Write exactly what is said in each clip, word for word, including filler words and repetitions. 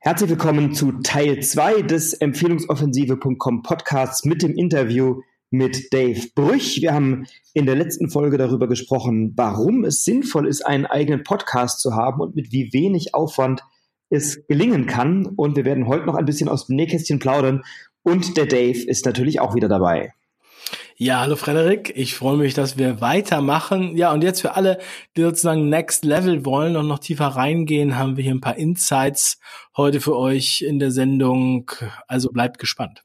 Herzlich willkommen zu Teil zwei des Empfehlungsoffensive Punkt com Podcasts mit dem Interview mit Dave Brüch. Wir haben in der letzten Folge darüber gesprochen, warum es sinnvoll ist, einen eigenen Podcast zu haben und mit wie wenig Aufwand es gelingen kann. Und wir werden heute noch ein bisschen aus dem Nähkästchen plaudern. Und der Dave ist natürlich auch wieder dabei. Ja, hallo Frederik, ich freue mich, dass wir weitermachen. Ja, und jetzt für alle, die sozusagen Next Level wollen und noch tiefer reingehen, haben wir hier ein paar Insights heute für euch in der Sendung. Also bleibt gespannt.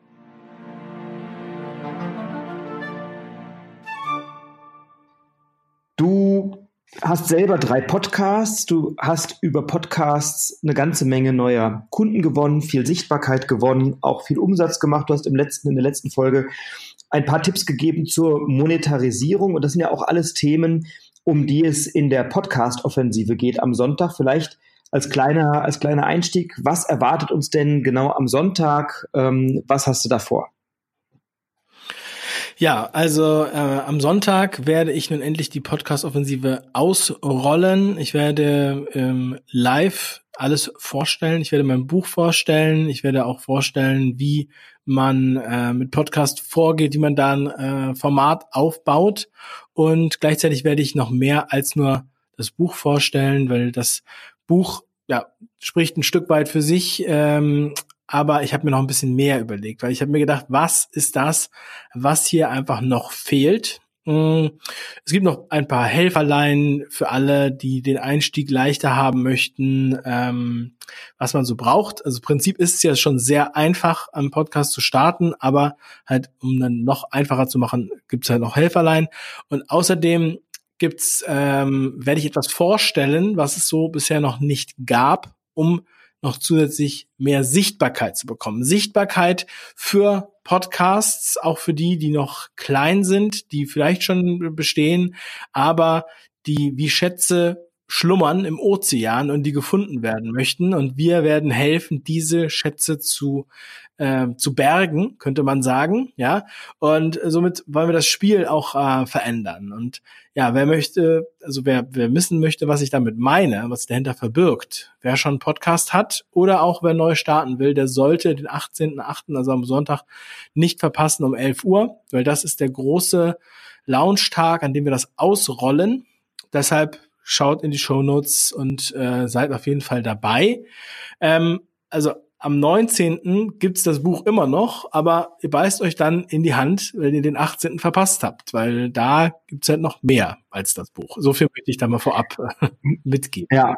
Du hast selber drei Podcasts, du hast über Podcasts eine ganze Menge neuer Kunden gewonnen, viel Sichtbarkeit gewonnen, auch viel Umsatz gemacht. Du hast im letzten, in der letzten Folge ein paar Tipps gegeben zur Monetarisierung. Und das sind ja auch alles Themen, um die es in der Podcast-Offensive geht am Sonntag. Vielleicht als kleiner, als kleiner Einstieg, was erwartet uns denn genau am Sonntag? Ähm, was hast du da vor? Ja, also äh, am Sonntag werde ich nun endlich die Podcast-Offensive ausrollen. Ich werde ähm, live alles vorstellen. Ich werde mein Buch vorstellen. Ich werde auch vorstellen, wie man äh, mit Podcast vorgeht, wie man da ein äh, Format aufbaut. Und gleichzeitig werde ich noch mehr als nur das Buch vorstellen, weil das Buch ja spricht ein Stück weit für sich. Ähm, aber ich habe mir noch ein bisschen mehr überlegt, weil ich habe mir gedacht, was ist das, was hier einfach noch fehlt? Es gibt noch ein paar Helferlein für alle, die den Einstieg leichter haben möchten, ähm, was man so braucht. Also im Prinzip ist es ja schon sehr einfach, einen Podcast zu starten, aber halt, um dann noch einfacher zu machen, gibt es halt noch Helferlein. Und außerdem gibt's, ähm, werde ich etwas vorstellen, was es so bisher noch nicht gab, um noch zusätzlich mehr Sichtbarkeit zu bekommen. Sichtbarkeit für Podcasts, auch für die, die noch klein sind, die vielleicht schon bestehen, aber die wie Schätze schlummern im Ozean und die gefunden werden möchten. Und wir werden helfen, diese Schätze zu äh, zu bergen, könnte man sagen, ja. Und somit wollen wir das Spiel auch äh, verändern. Und ja, wer möchte, also wer wer wissen möchte, was ich damit meine, was dahinter verbirgt, wer schon einen Podcast hat oder auch wer neu starten will, der sollte den achtzehnten achten, also am Sonntag, nicht verpassen um elf Uhr, weil das ist der große Launchtag, an dem wir das ausrollen. Deshalb schaut in die Shownotes und äh, seid auf jeden Fall dabei. Ähm, also am neunzehnten gibt's das Buch immer noch, aber ihr beißt euch dann in die Hand, wenn ihr den achtzehnten verpasst habt, weil da gibt's halt noch mehr als das Buch. So viel möchte ich da mal vorab mitgeben. Ja.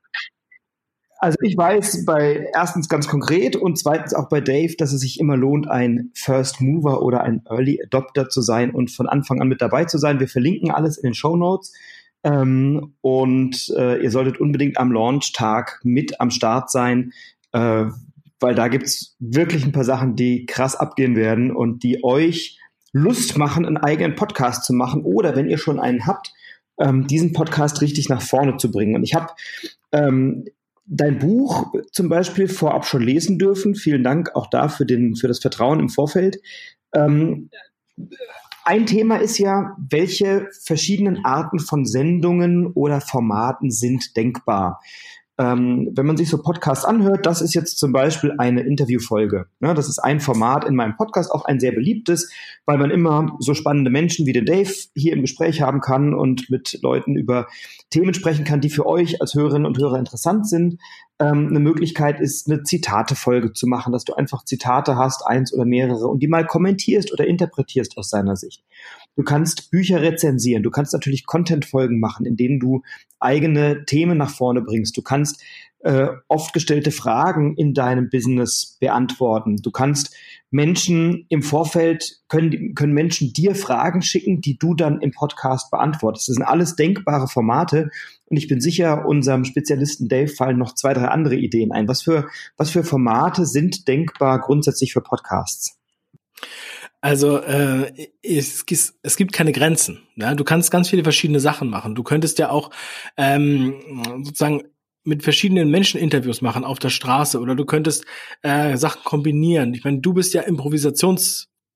Also ich weiß bei erstens ganz konkret und zweitens auch bei Dave, dass es sich immer lohnt, ein First Mover oder ein Early Adopter zu sein und von Anfang an mit dabei zu sein. Wir verlinken alles in den Shownotes. Ähm, und äh, ihr solltet unbedingt am Launchtag mit am Start sein, äh, weil da gibt's wirklich ein paar Sachen, die krass abgehen werden und die euch Lust machen, einen eigenen Podcast zu machen oder wenn ihr schon einen habt, ähm, diesen Podcast richtig nach vorne zu bringen. Und ich habe ähm, dein Buch zum Beispiel vorab schon lesen dürfen. Vielen Dank auch da für, den, für das Vertrauen im Vorfeld. Ähm, Ein Thema ist ja, welche verschiedenen Arten von Sendungen oder Formaten sind denkbar. Ähm, wenn man sich so Podcasts anhört, das ist jetzt zum Beispiel eine Interviewfolge. Ja, das ist ein Format in meinem Podcast, auch ein sehr beliebtes, weil man immer so spannende Menschen wie den Dave hier im Gespräch haben kann und mit Leuten über Themen sprechen kann, die für euch als Hörerinnen und Hörer interessant sind. Ähm, eine Möglichkeit ist, eine Zitate-Folge zu machen, dass du einfach Zitate hast, eins oder mehrere, und die mal kommentierst oder interpretierst aus seiner Sicht. Du kannst Bücher rezensieren, du kannst natürlich Content-Folgen machen, in denen du eigene Themen nach vorne bringst. Du kannst äh, oft gestellte Fragen in deinem Business beantworten. Du kannst Menschen im Vorfeld, können, können Menschen dir Fragen schicken, die du dann im Podcast beantwortest. Das sind alles denkbare Formate und ich bin sicher, unserem Spezialisten Dave fallen noch zwei, drei andere Ideen ein. Was für, was für Formate sind denkbar grundsätzlich für Podcasts? Also äh, es, es gibt keine Grenzen. Ja? Du kannst ganz viele verschiedene Sachen machen. Du könntest ja auch ähm, sozusagen mit verschiedenen Menschen Interviews machen auf der Straße oder du könntest äh, Sachen kombinieren. Ich meine, du bist ja Improvisations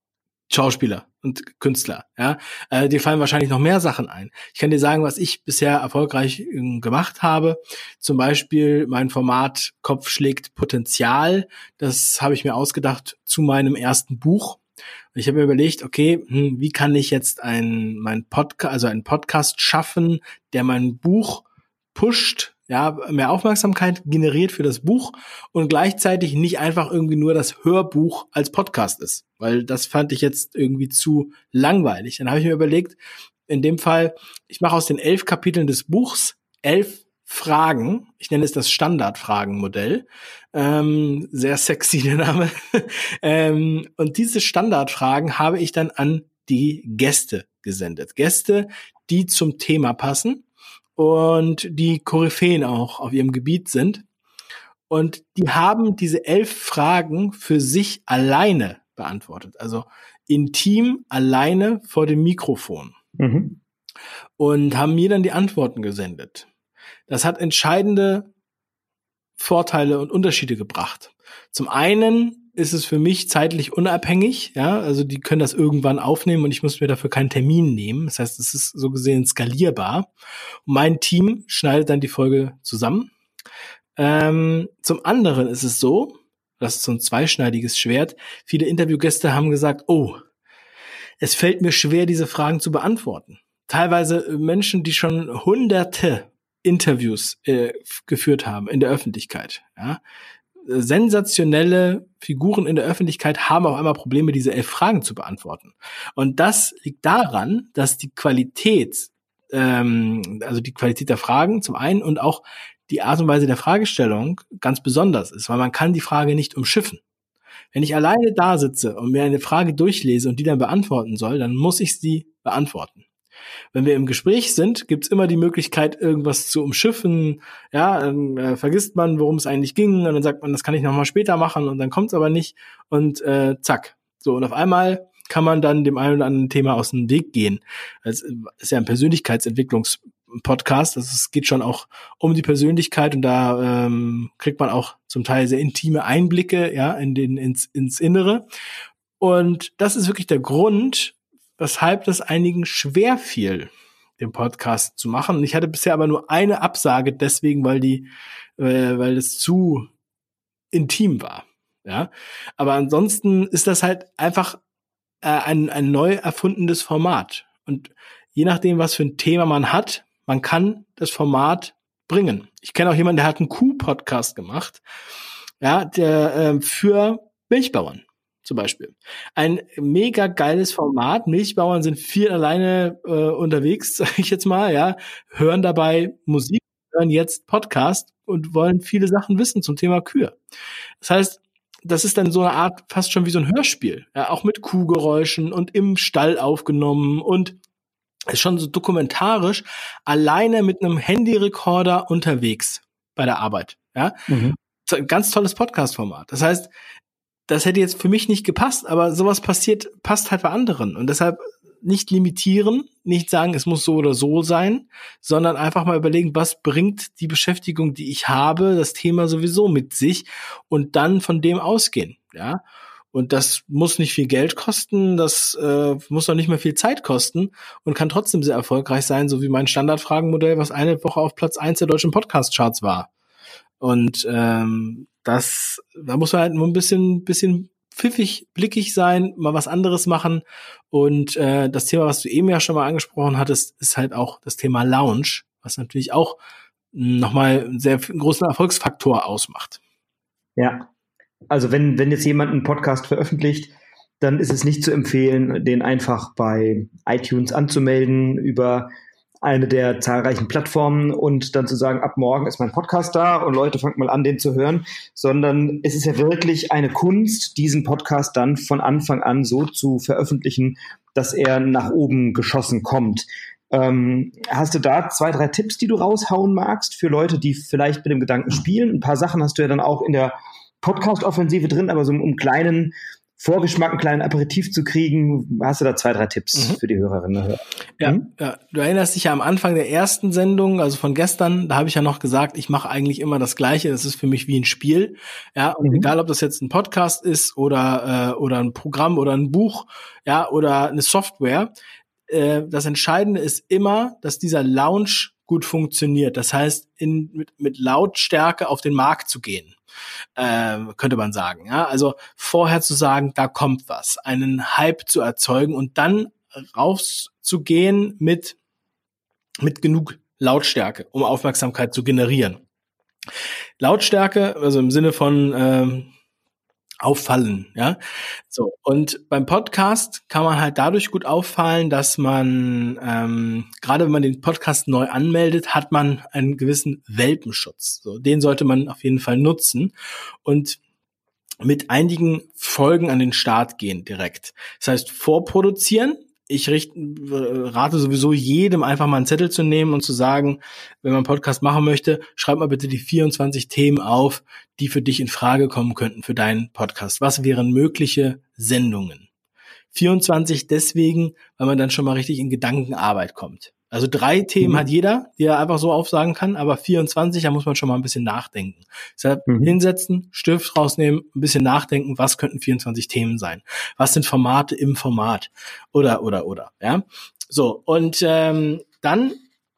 Schauspieler und Künstler, ja. Äh, dir fallen wahrscheinlich noch mehr Sachen ein. Ich kann dir sagen, was ich bisher erfolgreich äh, gemacht habe. Zum Beispiel mein Format Kopf schlägt Potenzial. Das habe ich mir ausgedacht zu meinem ersten Buch. Ich habe mir überlegt, okay, hm, wie kann ich jetzt ein mein Podcast, also einen Podcast schaffen, der mein Buch pusht, ja, mehr Aufmerksamkeit generiert für das Buch und gleichzeitig nicht einfach irgendwie nur das Hörbuch als Podcast ist, weil das fand ich jetzt irgendwie zu langweilig. Dann habe ich mir überlegt, in dem Fall, ich mache aus den elf Kapiteln des Buchs elf Fragen. Ich nenne es das Standardfragenmodell. Ähm, sehr sexy der Name. ähm, und diese Standardfragen habe ich dann an die Gäste gesendet. Gäste, die zum Thema passen und die Koryphäen auch auf ihrem Gebiet sind. Und die haben diese elf Fragen für sich alleine beantwortet. Also intim alleine vor dem Mikrofon. Mhm. Und haben mir dann die Antworten gesendet. Das hat entscheidende Vorteile und Unterschiede gebracht. Zum einen ist es für mich zeitlich unabhängig, ja, also die können das irgendwann aufnehmen und ich muss mir dafür keinen Termin nehmen. Das heißt, es ist so gesehen skalierbar. Und mein Team schneidet dann die Folge zusammen. Ähm, zum anderen ist es so, das ist so ein zweischneidiges Schwert. Viele Interviewgäste haben gesagt, oh, es fällt mir schwer, diese Fragen zu beantworten. Teilweise Menschen, die schon hunderte Interviews äh, geführt haben in der Öffentlichkeit, ja. Sensationelle Figuren in der Öffentlichkeit haben auf einmal Probleme, diese elf Fragen zu beantworten. Und das liegt daran, dass die Qualität, ähm, also die Qualität der Fragen zum einen und auch die Art und Weise der Fragestellung ganz besonders ist, weil man kann die Frage nicht umschiffen. Wenn ich alleine da sitze und mir eine Frage durchlese und die dann beantworten soll, dann muss ich sie beantworten. Wenn wir im Gespräch sind, gibt's immer die Möglichkeit, irgendwas zu umschiffen. Ja, dann äh, vergisst man, worum es eigentlich ging, und dann sagt man, das kann ich nochmal später machen, und dann kommt's aber nicht, und äh, zack. So, und auf einmal kann man dann dem einen oder anderen Thema aus dem Weg gehen. Das ist ja ein Persönlichkeitsentwicklungspodcast, also es geht schon auch um die Persönlichkeit, und da ähm, kriegt man auch zum Teil sehr intime Einblicke, ja, in den ins, ins Innere. Und das ist wirklich der Grund, weshalb das einigen schwer fiel, den Podcast zu machen. Und ich hatte bisher aber nur eine Absage deswegen, weil die, äh, weil es zu intim war. Ja, aber ansonsten ist das halt einfach äh, ein ein neu erfundenes Format. Und je nachdem, was für ein Thema man hat, man kann das Format bringen. Ich kenne auch jemanden, der hat einen Kuh-Podcast gemacht, ja, der äh, für Milchbauern. Zum Beispiel. Ein mega geiles Format. Milchbauern sind viel alleine äh, unterwegs, sag ich jetzt mal, ja, hören dabei Musik, hören jetzt Podcast und wollen viele Sachen wissen zum Thema Kühe. Das heißt, das ist dann so eine Art, fast schon wie so ein Hörspiel, ja, auch mit Kuhgeräuschen und im Stall aufgenommen, und ist schon so dokumentarisch, alleine mit einem Handyrekorder unterwegs bei der Arbeit, ja. Mhm. Ganz tolles Podcast-Format. Das heißt, das hätte jetzt für mich nicht gepasst, aber sowas passiert, passt halt bei anderen. Und deshalb nicht limitieren, nicht sagen, es muss so oder so sein, sondern einfach mal überlegen, was bringt die Beschäftigung, die ich habe, das Thema sowieso mit sich, und dann von dem ausgehen, ja. Und das muss nicht viel Geld kosten, das äh, muss noch nicht mal viel Zeit kosten und kann trotzdem sehr erfolgreich sein, so wie mein Standardfragenmodell, was eine Woche auf Platz eins der deutschen Podcast-Charts war. Und ähm, das, da muss man halt nur ein bisschen, bisschen pfiffig, blickig sein, mal was anderes machen. Und äh, das Thema, was du eben ja schon mal angesprochen hattest, ist halt auch das Thema Lounge, was natürlich auch nochmal einen sehr großen Erfolgsfaktor ausmacht. Ja, also wenn, wenn jetzt jemand einen Podcast veröffentlicht, dann ist es nicht zu empfehlen, den einfach bei iTunes anzumelden über eine der zahlreichen Plattformen und dann zu sagen, ab morgen ist mein Podcast da und Leute, fangt mal an, den zu hören, sondern es ist ja wirklich eine Kunst, diesen Podcast dann von Anfang an so zu veröffentlichen, dass er nach oben geschossen kommt. Ähm, hast du da zwei, drei Tipps, die du raushauen magst für Leute, die vielleicht mit dem Gedanken spielen? Ein paar Sachen hast du ja dann auch in der Podcast-Offensive drin, aber so im kleinen Vorgeschmack, einen kleinen Aperitif zu kriegen. Hast du da zwei, drei Tipps mhm. für die Hörerinnen? Ja, mhm. ja, du erinnerst dich ja am Anfang der ersten Sendung, also von gestern, da habe ich ja noch gesagt, ich mache eigentlich immer das Gleiche. Das ist für mich wie ein Spiel. Ja, und mhm. egal, ob das jetzt ein Podcast ist oder äh, oder ein Programm oder ein Buch, ja, oder eine Software. Äh, das Entscheidende ist immer, dass dieser Launch gut funktioniert. Das heißt, in, mit, mit Lautstärke auf den Markt zu gehen. Ähm, könnte man sagen. Ja? Also vorher zu sagen, da kommt was, einen Hype zu erzeugen und dann rauszugehen mit, mit genug Lautstärke, um Aufmerksamkeit zu generieren. Lautstärke, also im Sinne von ähm, auffallen, ja. So, und beim Podcast kann man halt dadurch gut auffallen, dass man, ähm, gerade wenn man den Podcast neu anmeldet, hat man einen gewissen Welpenschutz. So, den sollte man auf jeden Fall nutzen und mit einigen Folgen an den Start gehen direkt. Das heißt, vorproduzieren. Ich richte, rate sowieso jedem, einfach mal einen Zettel zu nehmen und zu sagen, wenn man einen Podcast machen möchte, schreib mal bitte die vierundzwanzig Themen auf, die für dich in Frage kommen könnten für deinen Podcast. Was wären mögliche Sendungen? vierundzwanzig deswegen, weil man dann schon mal richtig in Gedankenarbeit kommt. Also drei Themen mhm. hat jeder, die er einfach so aufsagen kann, aber vierundzwanzig, da muss man schon mal ein bisschen nachdenken. Deshalb mhm. hinsetzen, Stift rausnehmen, ein bisschen nachdenken, was könnten vierundzwanzig Themen sein? Was sind Formate im Format? Oder, oder, oder, ja. So, und ähm, dann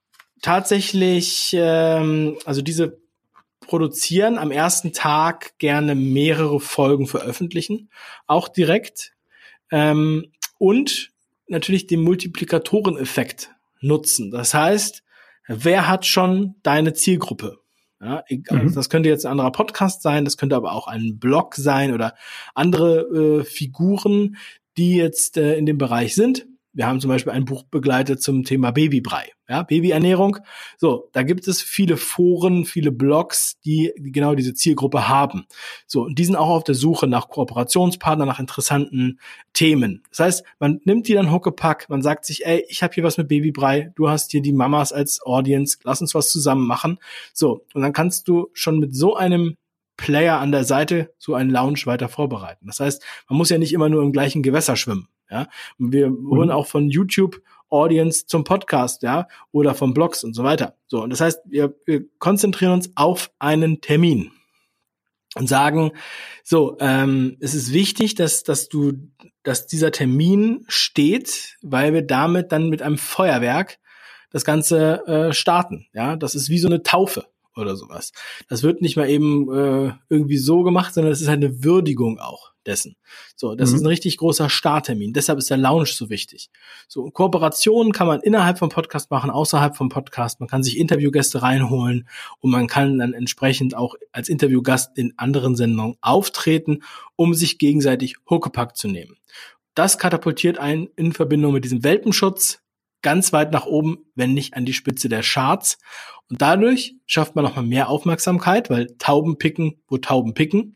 tatsächlich, ähm, also diese produzieren, am ersten Tag gerne mehrere Folgen veröffentlichen, auch direkt. Ähm, und natürlich den Multiplikatoreneffekt nutzen. Das heißt, wer hat schon deine Zielgruppe? Ja, egal, mhm. Das könnte jetzt ein anderer Podcast sein, das könnte aber auch ein Blog sein oder andere äh, Figuren, die jetzt äh, in dem Bereich sind. Wir haben zum Beispiel ein Buch begleitet zum Thema Babybrei, ja, Babyernährung. So, da gibt es viele Foren, viele Blogs, die, die genau diese Zielgruppe haben. So, und die sind auch auf der Suche nach Kooperationspartnern, nach interessanten Themen. Das heißt, man nimmt die dann Huckepack, man sagt sich, ey, ich habe hier was mit Babybrei, du hast hier die Mamas als Audience, lass uns was zusammen machen. So, und dann kannst du schon mit so einem Player an der Seite so einen Launch weiter vorbereiten. Das heißt, man muss ja nicht immer nur im gleichen Gewässer schwimmen. Ja, und wir holen mhm. auch von YouTube Audience zum Podcast, ja, oder von Blogs und so weiter. So, und das heißt, wir, wir konzentrieren uns auf einen Termin und sagen, so, ähm, es ist wichtig, dass, dass du, dass dieser Termin steht, weil wir damit dann mit einem Feuerwerk das Ganze äh, starten. Ja, das ist wie so eine Taufe oder sowas. Das wird nicht mal eben äh, irgendwie so gemacht, sondern es ist halt eine Würdigung auch dessen. So, das mhm. ist ein richtig großer Starttermin. Deshalb ist der Launch so wichtig. So, Kooperationen kann man innerhalb vom Podcast machen, außerhalb vom Podcast. Man kann sich Interviewgäste reinholen und man kann dann entsprechend auch als Interviewgast in anderen Sendungen auftreten, um sich gegenseitig Huckepack zu nehmen. Das katapultiert einen in Verbindung mit diesem Welpenschutz ganz weit nach oben, wenn nicht an die Spitze der Charts. Und dadurch schafft man nochmal mehr Aufmerksamkeit, weil Tauben picken, wo Tauben picken.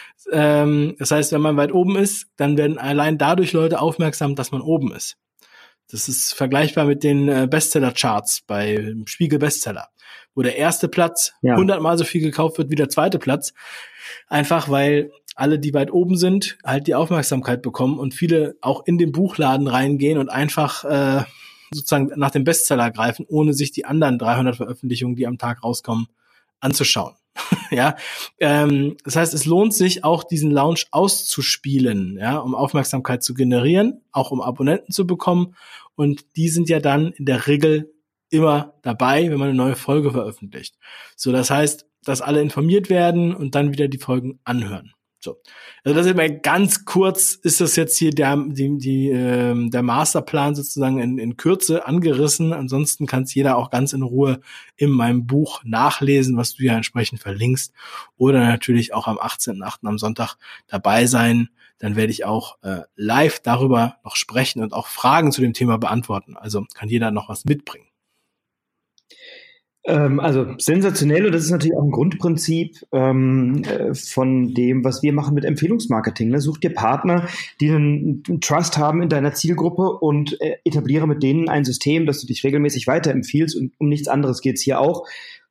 Ähm, das heißt, wenn man weit oben ist, dann werden allein dadurch Leute aufmerksam, dass man oben ist. Das ist vergleichbar mit den äh, Bestseller-Charts bei Spiegel Bestseller, wo der erste Platz ja. hundertmal so viel gekauft wird wie der zweite Platz. Einfach weil alle, die weit oben sind, halt die Aufmerksamkeit bekommen und viele auch in den Buchladen reingehen und einfach äh, sozusagen nach dem Bestseller greifen, ohne sich die anderen dreihundert Veröffentlichungen, die am Tag rauskommen, anzuschauen. Ja, ähm, das heißt, es lohnt sich auch, diesen Launch auszuspielen, ja, um Aufmerksamkeit zu generieren, auch um Abonnenten zu bekommen. Und die sind ja dann in der Regel immer dabei, wenn man eine neue Folge veröffentlicht. So, das heißt, dass alle informiert werden und dann wieder die Folgen anhören. So, also das ist mal ganz kurz, ist das jetzt hier der die, die äh, der Masterplan sozusagen in, in Kürze angerissen. Ansonsten kann es jeder auch ganz in Ruhe in meinem Buch nachlesen, was du ja entsprechend verlinkst, oder natürlich auch am achtzehnten achten am Sonntag dabei sein. Dann werde ich auch äh, live darüber noch sprechen und auch Fragen zu dem Thema beantworten. Also kann jeder noch was mitbringen. Also sensationell, und das ist natürlich auch ein Grundprinzip ähm, von dem, was wir machen mit Empfehlungsmarketing. Ne? Such dir Partner, die einen Trust haben in deiner Zielgruppe und äh, etabliere mit denen ein System, dass du dich regelmäßig weiterempfiehlst, und um nichts anderes geht's hier auch.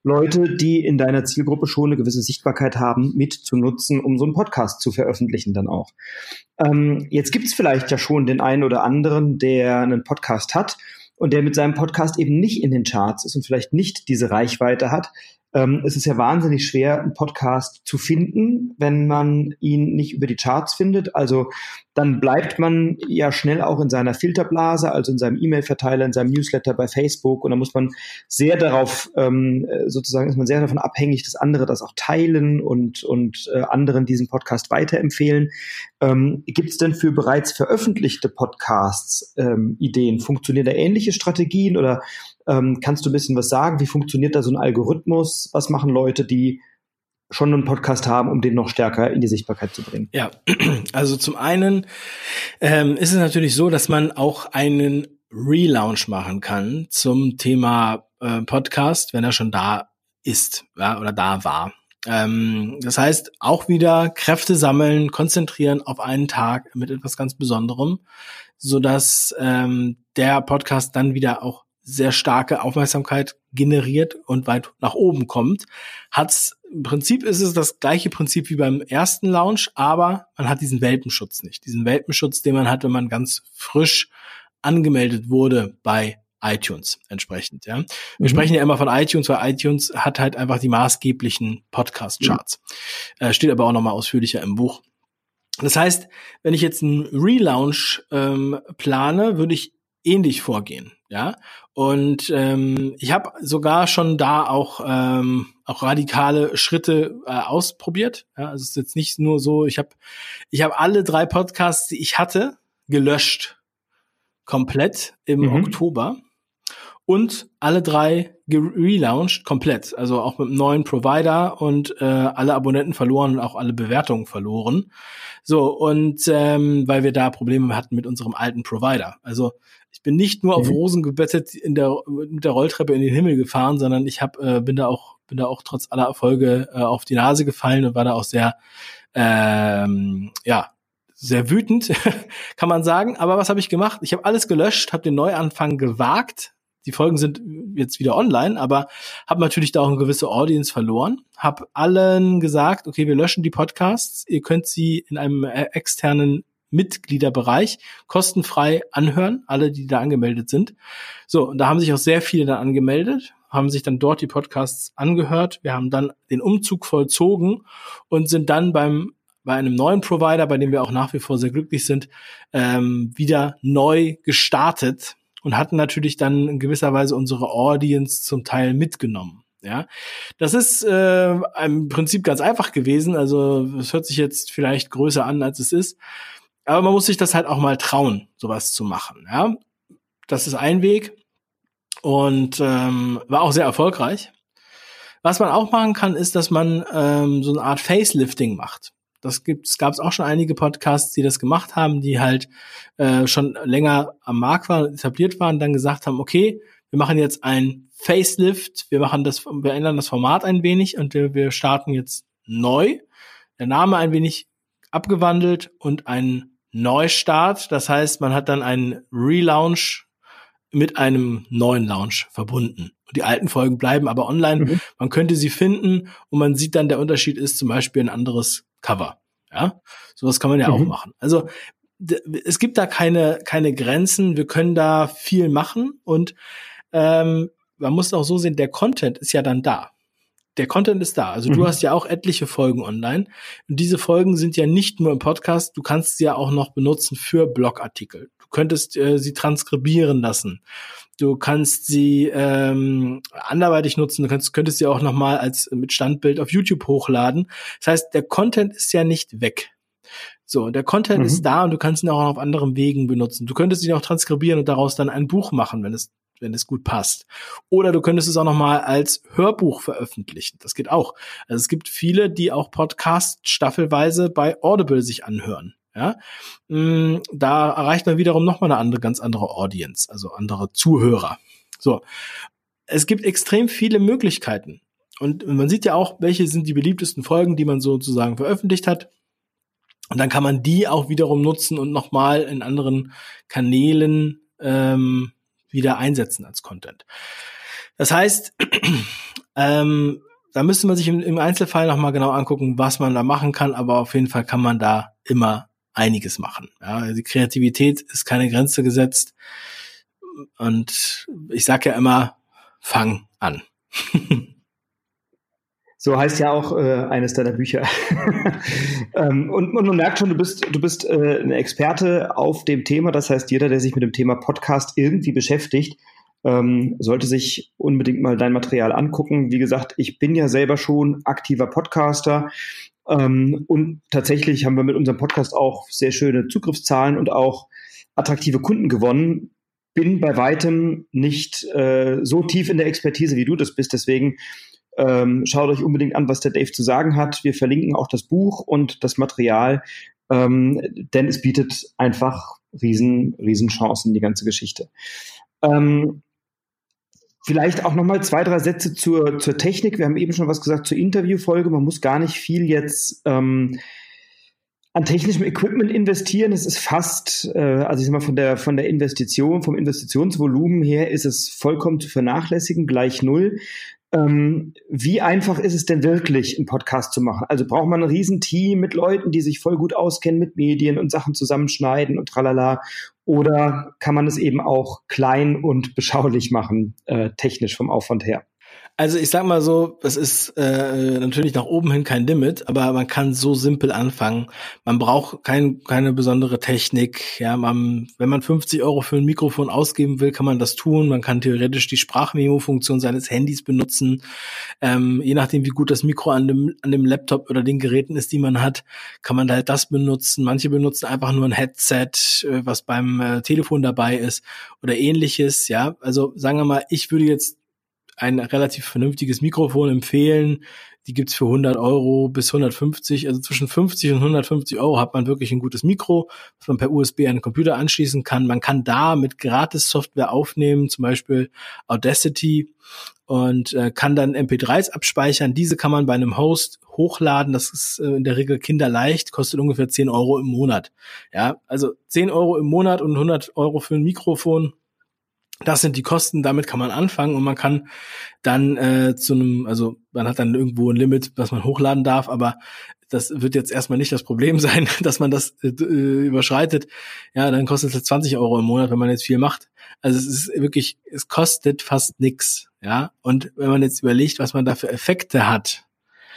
Leute, die in deiner Zielgruppe schon eine gewisse Sichtbarkeit haben, mit zu nutzen, um so einen Podcast zu veröffentlichen dann auch. Ähm, jetzt gibt es vielleicht ja schon den einen oder anderen, der einen Podcast hat und der mit seinem Podcast eben nicht in den Charts ist und vielleicht nicht diese Reichweite hat. Ähm, es ist ja wahnsinnig schwer, einen Podcast zu finden, wenn man ihn nicht über die Charts findet. Also dann bleibt man ja schnell auch in seiner Filterblase, also in seinem E-Mail-Verteiler, in seinem Newsletter bei Facebook. Und da muss man sehr darauf, ähm, sozusagen ist man sehr davon abhängig, dass andere das auch teilen und, und äh, anderen diesen Podcast weiterempfehlen. Ähm, gibt es denn für bereits veröffentlichte Podcasts ähm, Ideen? Funktionieren da ähnliche Strategien oder ähm, kannst du ein bisschen was sagen? Wie funktioniert da so ein Algorithmus? Was machen Leute, die schon einen Podcast haben, um den noch stärker in die Sichtbarkeit zu bringen? Ja, also zum einen ähm, ist es natürlich so, dass man auch einen Relaunch machen kann zum Thema äh, Podcast, wenn er schon da ist, ja, oder da war. Ähm, das heißt, auch wieder Kräfte sammeln, konzentrieren auf einen Tag mit etwas ganz Besonderem, sodass ähm, der Podcast dann wieder auch sehr starke Aufmerksamkeit generiert und weit nach oben kommt. Hat's, im Prinzip ist es das gleiche Prinzip wie beim ersten Launch, aber man hat diesen Welpenschutz nicht. Diesen Welpenschutz, den man hat, wenn man ganz frisch angemeldet wurde bei iTunes entsprechend, ja. Wir mhm. sprechen ja immer von iTunes, weil iTunes hat halt einfach die maßgeblichen Podcast-Charts. Mhm. Äh, steht aber auch nochmal ausführlicher im Buch. Das heißt, wenn ich jetzt einen Relaunch ähm, plane, würde ich ähnlich vorgehen, ja. Und ähm, ich habe sogar schon da auch ähm, auch radikale Schritte äh, ausprobiert. Ja, also es ist jetzt nicht nur so, ich habe ich habe alle drei Podcasts, die ich hatte, gelöscht, komplett im mhm. Oktober und alle drei gelauncht, komplett, also auch mit einem neuen Provider und äh, alle Abonnenten verloren und auch alle Bewertungen verloren. So, und ähm, weil wir da Probleme hatten mit unserem alten Provider. Also ich bin nicht nur mhm. auf Rosen gebettet in der mit der Rolltreppe in den Himmel gefahren, sondern ich hab, äh, bin da auch bin da auch trotz aller Erfolge äh, auf die Nase gefallen und war da auch sehr ähm, ja sehr wütend, kann man sagen. Aber was habe ich gemacht? Ich habe alles gelöscht, habe den Neuanfang gewagt. Die Folgen sind jetzt wieder online, aber habe natürlich da auch eine gewisse Audience verloren. Habe allen gesagt, okay, wir löschen die Podcasts. Ihr könnt sie in einem externen Mitgliederbereich kostenfrei anhören, alle, die da angemeldet sind. So, und da haben sich auch sehr viele dann angemeldet, haben sich dann dort die Podcasts angehört. Wir haben dann den Umzug vollzogen und sind dann beim bei einem neuen Provider, bei dem wir auch nach wie vor sehr glücklich sind, ähm, wieder neu gestartet und hatten natürlich dann in gewisser Weise unsere Audience zum Teil mitgenommen. Ja, das ist äh, im Prinzip ganz einfach gewesen. Also es hört sich jetzt vielleicht größer an, als es ist. Aber man muss sich das halt auch mal trauen, sowas zu machen. Ja, das ist ein Weg und ähm, war auch sehr erfolgreich. Was man auch machen kann, ist, dass man ähm, so eine Art Facelifting macht. Das gibt's, gab es auch schon einige Podcasts, die das gemacht haben, die halt äh, schon länger am Markt waren, etabliert waren, dann gesagt haben, okay, wir machen jetzt ein Facelift, wir machen das, wir ändern das Format ein wenig und wir, wir starten jetzt neu. Der Name ein wenig abgewandelt und ein Neustart. Das heißt, man hat dann einen Relaunch mit einem neuen Launch verbunden. Und die alten Folgen bleiben aber online. Mhm. Man könnte sie finden und man sieht dann, der Unterschied ist zum Beispiel ein anderes Cover. Ja, sowas kann man ja mhm. auch machen. Also d- es gibt da keine keine Grenzen. Wir können da viel machen und ähm, man muss auch so sehen, der Content ist ja dann da. Der Content ist da. Also mhm. du hast ja auch etliche Folgen online. Und diese Folgen sind ja nicht nur im Podcast, du kannst sie ja auch noch benutzen für Blogartikel. Du könntest äh, sie transkribieren lassen. Du kannst sie ähm, anderweitig nutzen. Du kannst, könntest sie auch noch mal als mit Standbild auf YouTube hochladen. Das heißt, der Content ist ja nicht weg. So, der Content mhm. ist da und du kannst ihn auch auf anderen Wegen benutzen. Du könntest ihn auch transkribieren und daraus dann ein Buch machen, wenn es wenn es gut passt. Oder du könntest es auch noch mal als Hörbuch veröffentlichen. Das geht auch. Also es gibt viele, die auch Podcast staffelweise bei Audible sich anhören. Ja, da erreicht man wiederum noch mal eine andere, ganz andere Audience, also andere Zuhörer. So, es gibt extrem viele Möglichkeiten. Und man sieht ja auch, welche sind die beliebtesten Folgen, die man sozusagen veröffentlicht hat. Und dann kann man die auch wiederum nutzen und noch mal in anderen Kanälen ähm, wieder einsetzen als Content. Das heißt, Ähm, da müsste man sich im, im Einzelfall nochmal genau angucken, was man da machen kann, aber auf jeden Fall kann man da immer einiges machen. Ja, also die Kreativität ist keine Grenze gesetzt und ich sage ja immer, fang an. So heißt ja auch äh, eines deiner Bücher. ähm, und, und man merkt schon, du bist, du bist äh, ein Experte auf dem Thema. Das heißt, jeder, der sich mit dem Thema Podcast irgendwie beschäftigt, ähm, sollte sich unbedingt mal dein Material angucken. Wie gesagt, ich bin ja selber schon aktiver Podcaster. Ähm, und tatsächlich haben wir mit unserem Podcast auch sehr schöne Zugriffszahlen und auch attraktive Kunden gewonnen. Bin bei weitem nicht äh, so tief in der Expertise, wie du das bist. Deswegen Ähm, schaut euch unbedingt an, was der Dave zu sagen hat. Wir verlinken auch das Buch und das Material, ähm, denn es bietet einfach riesen, riesen Chancen, die ganze Geschichte. Ähm, vielleicht auch nochmal zwei, drei Sätze zur, zur Technik. Wir haben eben schon was gesagt zur Interviewfolge. Man muss gar nicht viel jetzt ähm, an technischem Equipment investieren. Es ist fast, äh, also ich sag mal, von der, von der Investition, vom Investitionsvolumen her ist es vollkommen zu vernachlässigen, gleich null. Ähm, wie einfach ist es denn wirklich, einen Podcast zu machen? Also braucht man ein Riesenteam mit Leuten, die sich voll gut auskennen mit Medien und Sachen zusammenschneiden und tralala? Oder kann man es eben auch klein und beschaulich machen, äh, technisch vom Aufwand her? Also ich sag mal so, es ist äh, natürlich nach oben hin kein Limit, aber man kann so simpel anfangen. Man braucht kein, keine besondere Technik. Ja, man, wenn man fünfzig Euro für ein Mikrofon ausgeben will, kann man das tun. Man kann theoretisch die Sprachmemo-Funktion seines Handys benutzen. Ähm, je nachdem, wie gut das Mikro an dem, an dem Laptop oder den Geräten ist, die man hat, kann man halt das benutzen. Manche benutzen einfach nur ein Headset, äh, was beim äh, Telefon dabei ist oder ähnliches. Ja, also sagen wir mal, ich würde jetzt ein relativ vernünftiges Mikrofon empfehlen. Die gibt's für hundert Euro bis hundertfünfzig. Also zwischen fünfzig und hundertfünfzig Euro hat man wirklich ein gutes Mikro, was man per U S B an den Computer anschließen kann. Man kann da mit Gratis-Software aufnehmen, zum Beispiel Audacity, und äh, kann dann M P drei s abspeichern. Diese kann man bei einem Host hochladen. Das ist äh, in der Regel kinderleicht, kostet ungefähr zehn Euro im Monat. Ja, also zehn Euro im Monat und hundert Euro für ein Mikrofon. Das sind die Kosten, damit kann man anfangen und man kann dann äh, zu einem, also man hat dann irgendwo ein Limit, was man hochladen darf, aber das wird jetzt erstmal nicht das Problem sein, dass man das äh, überschreitet. Ja, dann kostet es zwanzig Euro im Monat, wenn man jetzt viel macht. Also es ist wirklich, es kostet fast nix, ja. Und wenn man jetzt überlegt, was man da für Effekte hat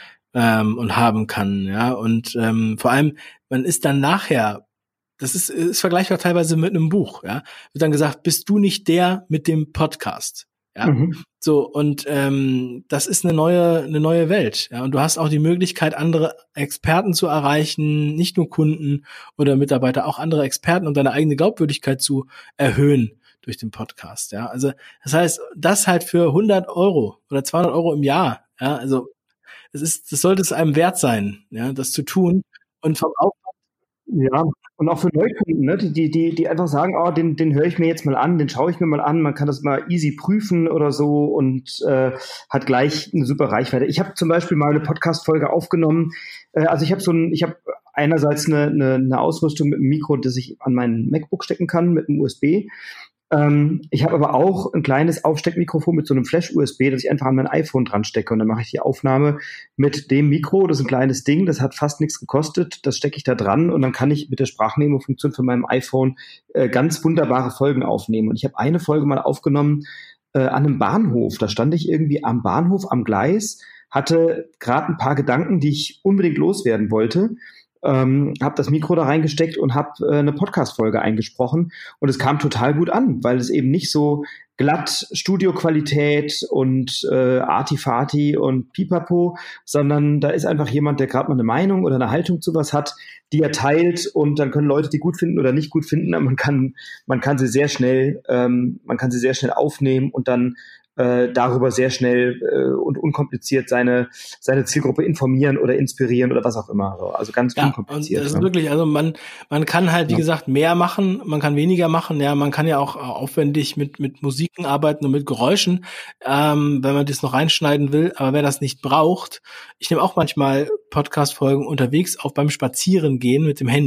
ähm, und haben kann, ja, und ähm, vor allem, man ist dann nachher, das ist, ist vergleichbar teilweise mit einem Buch, ja. Wird dann gesagt, bist du nicht der mit dem Podcast? Ja. Mhm. So, und ähm, das ist eine neue, eine neue Welt, ja. Und du hast auch die Möglichkeit, andere Experten zu erreichen, nicht nur Kunden oder Mitarbeiter, auch andere Experten, und deine eigene Glaubwürdigkeit zu erhöhen durch den Podcast, ja. Also, das heißt, das halt für hundert Euro oder zweihundert Euro im Jahr, ja. Also, es ist, das sollte es einem wert sein, ja, das zu tun. Und vom Aufwand. Ja, und auch für Neukunden, ne, die, die, die einfach sagen, oh, den, den höre ich mir jetzt mal an, den schaue ich mir mal an, man kann das mal easy prüfen oder so und äh, hat gleich eine super Reichweite. Ich habe zum Beispiel mal eine Podcast-Folge aufgenommen, äh, also ich habe so ein, ich habe einerseits eine, eine, eine Ausrüstung mit einem Mikro, das ich an meinen MacBook stecken kann mit einem U S B. Ähm, ich habe aber auch ein kleines Aufsteckmikrofon mit so einem Flash-U S B, das ich einfach an mein iPhone dran stecke, und dann mache ich die Aufnahme mit dem Mikro. Das ist ein kleines Ding, das hat fast nichts gekostet, das stecke ich da dran und dann kann ich mit der Sprachmemo-Funktion von meinem iPhone äh, ganz wunderbare Folgen aufnehmen. Und ich habe eine Folge mal aufgenommen äh, an einem Bahnhof. Da stand ich irgendwie am Bahnhof, am Gleis, hatte gerade ein paar Gedanken, die ich unbedingt loswerden wollte. Ähm, habe das Mikro da reingesteckt und habe äh, eine Podcast-Folge eingesprochen, und es kam total gut an, weil es eben nicht so glatt Studioqualität und äh, Artifati und Pipapo, sondern da ist einfach jemand, der gerade mal eine Meinung oder eine Haltung zu was hat, die er teilt, und dann können Leute die gut finden oder nicht gut finden, aber man kann man kann sie sehr schnell ähm, man kann sie sehr schnell aufnehmen und dann äh, darüber sehr schnell äh, und unkompliziert seine seine Zielgruppe informieren oder inspirieren oder was auch immer. Also ganz ja, unkompliziert. Und das ist wirklich, also man man kann halt, wie ja. gesagt, mehr machen, man kann weniger machen. Ja, man kann ja auch aufwendig mit mit Musiken arbeiten und mit Geräuschen, ähm, wenn man das noch reinschneiden will. Aber wer das nicht braucht, ich nehme auch manchmal Podcast-Folgen unterwegs auf beim Spazierengehen mit dem Handy.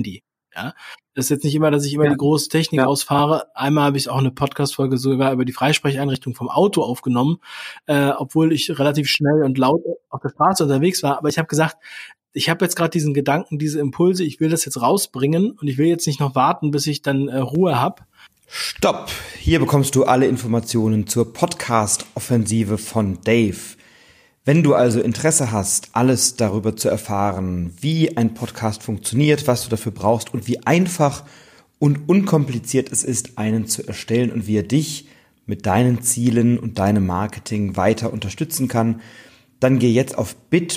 Ja, das ist jetzt nicht immer, dass ich immer Ja. die große Technik Ja. ausfahre. Einmal habe ich auch eine Podcast-Folge sogar über die Freisprecheinrichtung vom Auto aufgenommen, äh, obwohl ich relativ schnell und laut auf der Straße unterwegs war. Aber ich habe gesagt, ich habe jetzt gerade diesen Gedanken, diese Impulse, ich will das jetzt rausbringen und ich will jetzt nicht noch warten, bis ich dann äh, Ruhe habe. Stopp! Hier bekommst du alle Informationen zur Podcast-Offensive von Dave. Wenn du also Interesse hast, alles darüber zu erfahren, wie ein Podcast funktioniert, was du dafür brauchst und wie einfach und unkompliziert es ist, einen zu erstellen und wie er dich mit deinen Zielen und deinem Marketing weiter unterstützen kann, dann geh jetzt auf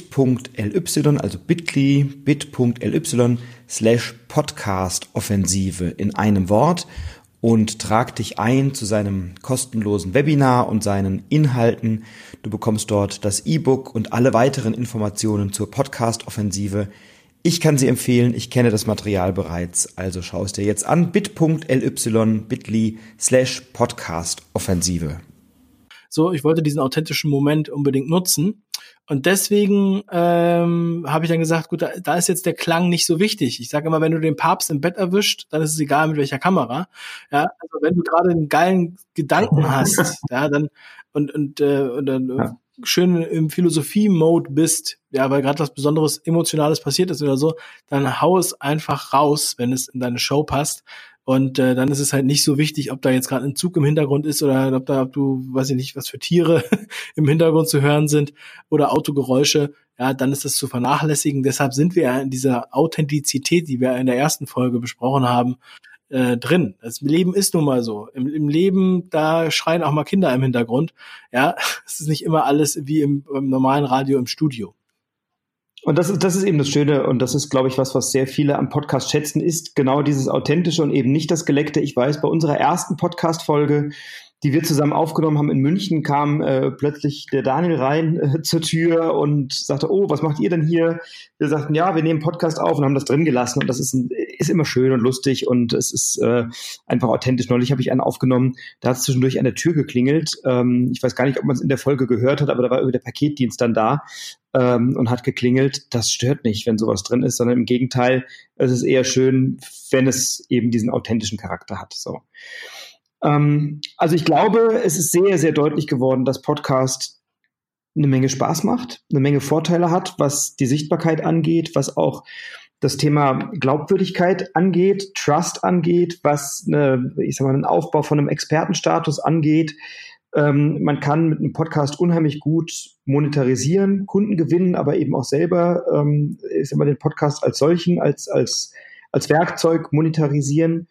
bit.ly, also bit.ly, bit.ly slash Podcast-Offensive in einem Wort und trag dich ein zu seinem kostenlosen Webinar und seinen Inhalten. Du bekommst dort das E-Book und alle weiteren Informationen zur Podcast-Offensive. Ich kann sie empfehlen, ich kenne das Material bereits, also schau es dir jetzt an, bit.ly, bit.ly slash Podcast-Offensive. So, ich wollte diesen authentischen Moment unbedingt nutzen. Und deswegen ähm, habe ich dann gesagt, gut, da, da ist jetzt der Klang nicht so wichtig. Ich sage immer, wenn du den Papst im Bett erwischt, dann ist es egal, mit welcher Kamera. Ja, also wenn du gerade einen geilen Gedanken hast, ja, dann und und, äh, und dann ja. schön im Philosophie-Mode bist, ja, weil gerade was Besonderes, Emotionales passiert ist oder so, dann hau es einfach raus, wenn es in deine Show passt. Und äh, dann ist es halt nicht so wichtig, ob da jetzt gerade ein Zug im Hintergrund ist oder ob da, ob du, weiß ich nicht, was für Tiere im Hintergrund zu hören sind oder Autogeräusche. Ja, dann ist das zu vernachlässigen. Deshalb sind wir ja in dieser Authentizität, die wir in der ersten Folge besprochen haben, äh, drin. Das Leben ist nun mal so. Im, im Leben, da schreien auch mal Kinder im Hintergrund. Ja, es ist nicht immer alles wie im, im normalen Radio im Studio. Und das ist, das ist eben das Schöne und das ist, glaube ich, was, was sehr viele am Podcast schätzen, ist genau dieses Authentische und eben nicht das Geleckte. Ich weiß, bei unserer ersten Podcast-Folge, die wir zusammen aufgenommen haben in München, kam äh, plötzlich der Daniel rein äh, zur Tür und sagte, oh, was macht ihr denn hier? Wir sagten, ja, wir nehmen Podcast auf und haben das drin gelassen und das ist, ein, ist immer schön und lustig und es ist äh, einfach authentisch. Neulich habe ich einen aufgenommen, da hat es zwischendurch an der Tür geklingelt. Ähm, ich weiß gar nicht, ob man es in der Folge gehört hat, aber da war irgendwie der Paketdienst dann da ähm, und hat geklingelt. Das stört nicht, wenn sowas drin ist, sondern im Gegenteil, es ist eher schön, wenn es eben diesen authentischen Charakter hat. So. Also ich glaube, es ist sehr, sehr deutlich geworden, dass Podcast eine Menge Spaß macht, eine Menge Vorteile hat, was die Sichtbarkeit angeht, was auch das Thema Glaubwürdigkeit angeht, Trust angeht, was eine, ich sag mal, einen Aufbau von einem Expertenstatus angeht. Ähm, man kann mit einem Podcast unheimlich gut monetarisieren, Kunden gewinnen, aber eben auch selber, ähm, ich sag mal, den Podcast als solchen, als, als, als Werkzeug monetarisieren.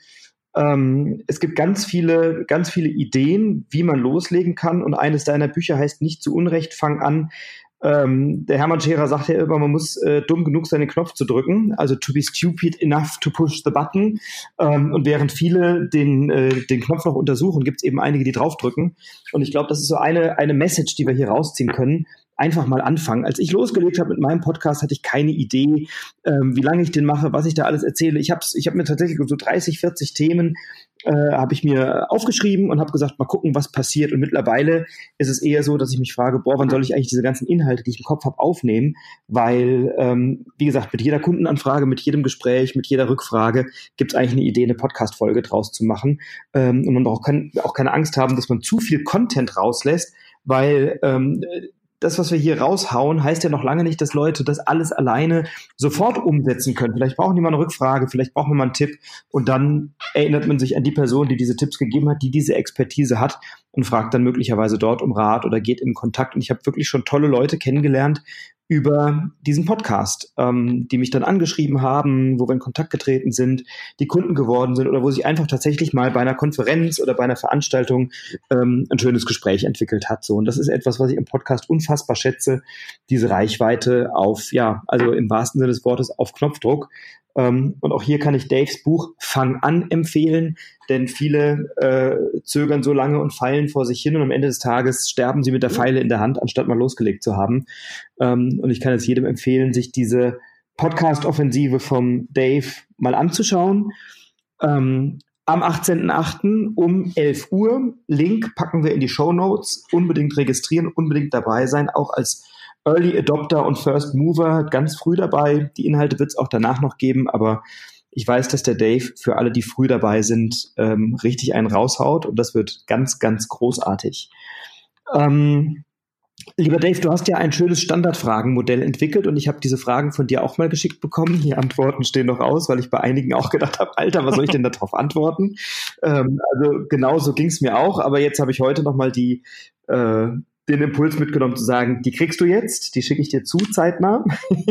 Ähm, es gibt ganz viele, ganz viele Ideen, wie man loslegen kann. Und eines deiner Bücher heißt nicht zu Unrecht, fang an. Ähm, der Hermann Scherer sagt ja immer, man muss äh, dumm genug sein, den Knopf zu drücken. Also to be stupid enough to push the button. Ähm, und während viele den, äh, den Knopf noch untersuchen, gibt es eben einige, die draufdrücken. Und ich glaube, das ist so eine, eine Message, die wir hier rausziehen können. Einfach mal anfangen. Als ich losgelegt habe mit meinem Podcast, hatte ich keine Idee, ähm, wie lange ich den mache, was ich da alles erzähle. Ich habe ich hab mir tatsächlich so dreißig, vierzig Themen äh, habe ich mir aufgeschrieben und habe gesagt, mal gucken, was passiert. Und mittlerweile ist es eher so, dass ich mich frage, boah, wann soll ich eigentlich diese ganzen Inhalte, die ich im Kopf habe, aufnehmen? Weil, ähm, wie gesagt, mit jeder Kundenanfrage, mit jedem Gespräch, mit jeder Rückfrage gibt es eigentlich eine Idee, eine Podcast-Folge draus zu machen. Ähm, und man braucht kein, auch keine Angst haben, dass man zu viel Content rauslässt, weil ähm, das, was wir hier raushauen, heißt ja noch lange nicht, dass Leute das alles alleine sofort umsetzen können. Vielleicht brauchen die mal eine Rückfrage, vielleicht brauchen wir mal einen Tipp und dann erinnert man sich an die Person, die diese Tipps gegeben hat, die diese Expertise hat und fragt dann möglicherweise dort um Rat oder geht in Kontakt. Und ich habe wirklich schon tolle Leute kennengelernt über diesen Podcast, ähm, die mich dann angeschrieben haben, wo wir in Kontakt getreten sind, die Kunden geworden sind oder wo sich einfach tatsächlich mal bei einer Konferenz oder bei einer Veranstaltung ähm, ein schönes Gespräch entwickelt hat. So. Und das ist etwas, was ich im Podcast unfassbar schätze, diese Reichweite auf, ja, also im wahrsten Sinne des Wortes auf Knopfdruck. Ähm, und auch hier kann ich Daves Buch Fang an empfehlen, denn viele äh, zögern so lange und feilen vor sich hin und am Ende des Tages sterben sie mit der Feile in der Hand, anstatt mal losgelegt zu haben. Ähm, und ich kann es jedem empfehlen, sich diese Podcast-Offensive vom Dave mal anzuschauen. Ähm, am achtzehnten achten um elf Uhr. Link packen wir in die Shownotes. Unbedingt registrieren, unbedingt dabei sein, auch als Early Adopter und First Mover ganz früh dabei. Die Inhalte wird es auch danach noch geben, aber Ich weiß, dass der Dave für alle, die früh dabei sind, ähm, richtig einen raushaut und das wird ganz, ganz großartig. Ähm, Lieber Dave, du hast ja ein schönes Standardfragenmodell entwickelt und ich habe diese Fragen von dir auch mal geschickt bekommen. Die Antworten stehen noch aus, weil ich bei einigen auch gedacht habe, Alter, was soll ich denn darauf antworten? Ähm, also genau so ging es mir auch, aber jetzt habe ich heute noch mal die, äh, den Impuls mitgenommen zu sagen, die kriegst du jetzt, die schicke ich dir zu zeitnah.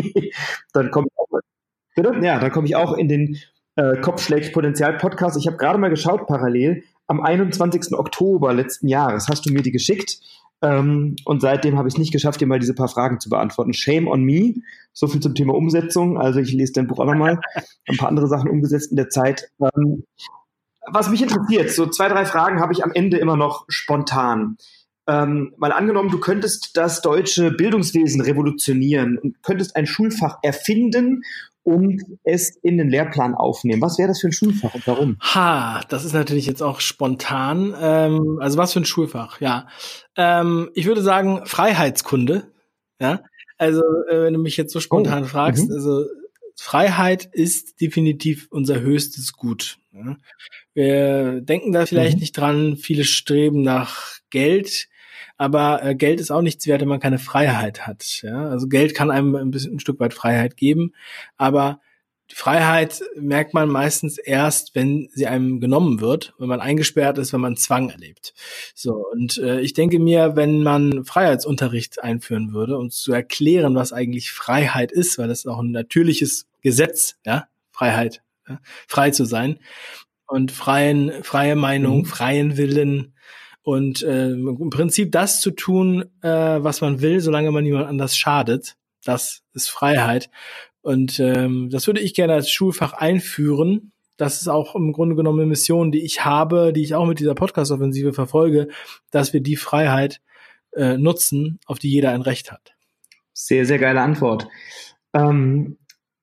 Dann komme ich auch, bitte? Ja, dann komme ich auch in den äh, Kopfschlägt-Potenzial-Podcast. Ich habe gerade mal geschaut parallel, am einundzwanzigsten Oktober letzten Jahres hast du mir die geschickt. Ähm, und seitdem habe ich es nicht geschafft, dir mal diese paar Fragen zu beantworten. Shame on me. So viel zum Thema Umsetzung. Also ich lese dein Buch auch nochmal. Ein paar andere Sachen umgesetzt in der Zeit. Ähm, was mich interessiert, so zwei, drei Fragen habe ich am Ende immer noch spontan. Ähm, mal angenommen, du könntest das deutsche Bildungswesen revolutionieren und könntest ein Schulfach erfinden und es in den Lehrplan aufnehmen. Was wäre das für ein Schulfach und warum? Ha, das ist natürlich jetzt auch spontan. Ähm, also was für ein Schulfach, ja. Ähm, ich würde sagen Freiheitskunde. Ja, also äh, wenn du mich jetzt so spontan oh. fragst, mhm. also Freiheit ist definitiv unser höchstes Gut. Ja. Wir denken da vielleicht mhm. nicht dran, viele streben nach Geld, aber äh, Geld ist auch nichts wert, wenn man keine Freiheit hat. Ja? Also Geld kann einem ein bisschen ein Stück weit Freiheit geben, aber die Freiheit merkt man meistens erst, wenn sie einem genommen wird, wenn man eingesperrt ist, wenn man Zwang erlebt. So, und äh, ich denke mir, wenn man Freiheitsunterricht einführen würde, um zu erklären, was eigentlich Freiheit ist, weil das ist auch ein natürliches Gesetz, ja, Freiheit, ja? Frei zu sein und freien, freie Meinung, mhm. freien Willen und äh, im Prinzip das zu tun, äh, was man will, solange man niemand anders schadet. Das ist Freiheit. Und ähm, das würde ich gerne als Schulfach einführen. Das ist auch im Grunde genommen eine Mission, die ich habe, die ich auch mit dieser Podcast-Offensive verfolge, dass wir die Freiheit äh, nutzen, auf die jeder ein Recht hat. Sehr, sehr geile Antwort. Ähm,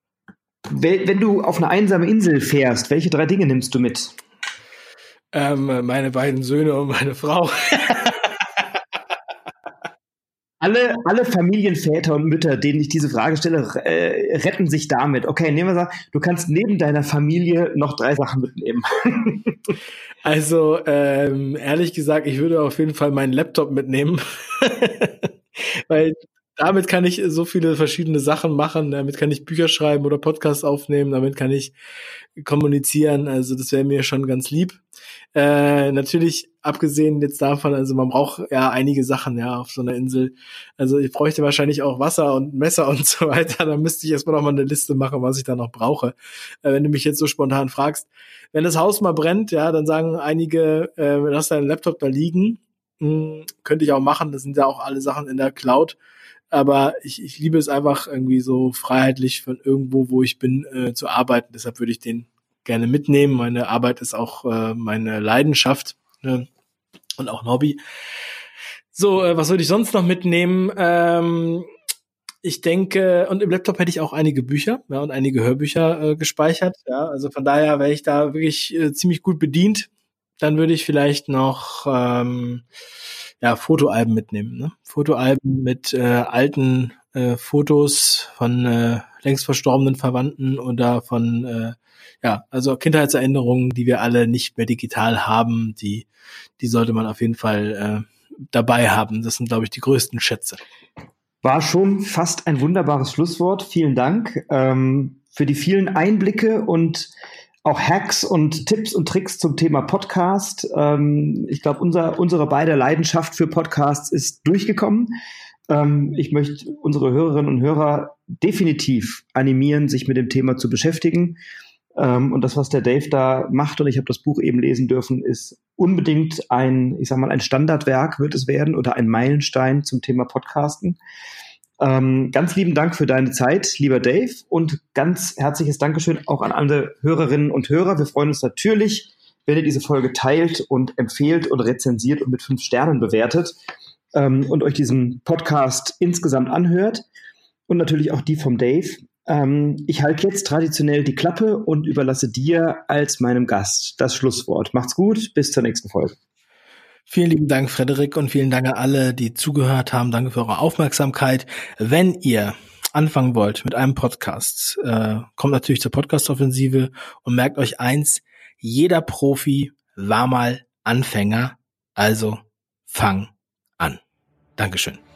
wenn, wenn du auf eine einsame Insel fährst, welche drei Dinge nimmst du mit? Ähm, meine beiden Söhne und meine Frau. Alle, alle Familienväter und Mütter, denen ich diese Frage stelle, äh, retten sich damit. Okay, nehmen wir an, du kannst neben deiner Familie noch drei Sachen mitnehmen. Also, ähm, ehrlich gesagt, ich würde auf jeden Fall meinen Laptop mitnehmen. Weil damit kann ich so viele verschiedene Sachen machen. Damit kann ich Bücher schreiben oder Podcasts aufnehmen. Damit kann ich kommunizieren. Also das wäre mir schon ganz lieb. Äh, natürlich, abgesehen jetzt davon, also man braucht ja einige Sachen ja auf so einer Insel. Also ich bräuchte wahrscheinlich auch Wasser und Messer und so weiter. Da müsste ich erstmal noch mal eine Liste machen, was ich da noch brauche. Äh, wenn du mich jetzt so spontan fragst. Wenn das Haus mal brennt, ja, dann sagen einige, äh, lass deinen Laptop da liegen. Hm, könnte ich auch machen. Das sind ja auch alle Sachen in der Cloud. Aber ich, ich liebe es einfach irgendwie so freiheitlich von irgendwo, wo ich bin, äh, zu arbeiten. Deshalb würde ich den gerne mitnehmen. Meine Arbeit ist auch äh, meine Leidenschaft, ne? Und auch ein Hobby. So, äh, was würde ich sonst noch mitnehmen? Ähm, ich denke, und im Laptop hätte ich auch einige Bücher, ja, und einige Hörbücher äh, gespeichert. Ja, also von daher wäre ich da wirklich äh, ziemlich gut bedient. Dann würde ich vielleicht noch ähm, ja, Fotoalben mitnehmen. Ne? Fotoalben mit äh, alten äh, Fotos von äh, längst verstorbenen Verwandten oder von, äh, ja, also Kindheitserinnerungen, die wir alle nicht mehr digital haben, die, die sollte man auf jeden Fall äh, dabei haben. Das sind, glaube ich, die größten Schätze. War schon fast ein wunderbares Schlusswort. Vielen Dank ähm, für die vielen Einblicke und auch Hacks und Tipps und Tricks zum Thema Podcast. Ähm, ich glaube, unser, unsere beide Leidenschaft für Podcasts ist durchgekommen. Ähm, ich möchte unsere Hörerinnen und Hörer definitiv animieren, sich mit dem Thema zu beschäftigen. Ähm, und das, was der Dave da macht, und ich habe das Buch eben lesen dürfen, ist unbedingt ein, ich sag mal, ein Standardwerk wird es werden oder ein Meilenstein zum Thema Podcasten. Ähm, ganz lieben Dank für deine Zeit, lieber Dave, und ganz herzliches Dankeschön auch an alle Hörerinnen und Hörer. Wir freuen uns natürlich, wenn ihr diese Folge teilt und empfehlt und rezensiert und mit fünf Sternen bewertet ähm, und euch diesen Podcast insgesamt anhört und natürlich auch die vom Dave. Ähm, ich halte jetzt traditionell die Klappe und überlasse dir als meinem Gast das Schlusswort. Macht's gut, bis zur nächsten Folge. Vielen lieben Dank, Frederik, und vielen Dank an alle, die zugehört haben. Danke für eure Aufmerksamkeit. Wenn ihr anfangen wollt mit einem Podcast, äh, kommt natürlich zur Podcast-Offensive und merkt euch eins, jeder Profi war mal Anfänger, also fang an. Dankeschön.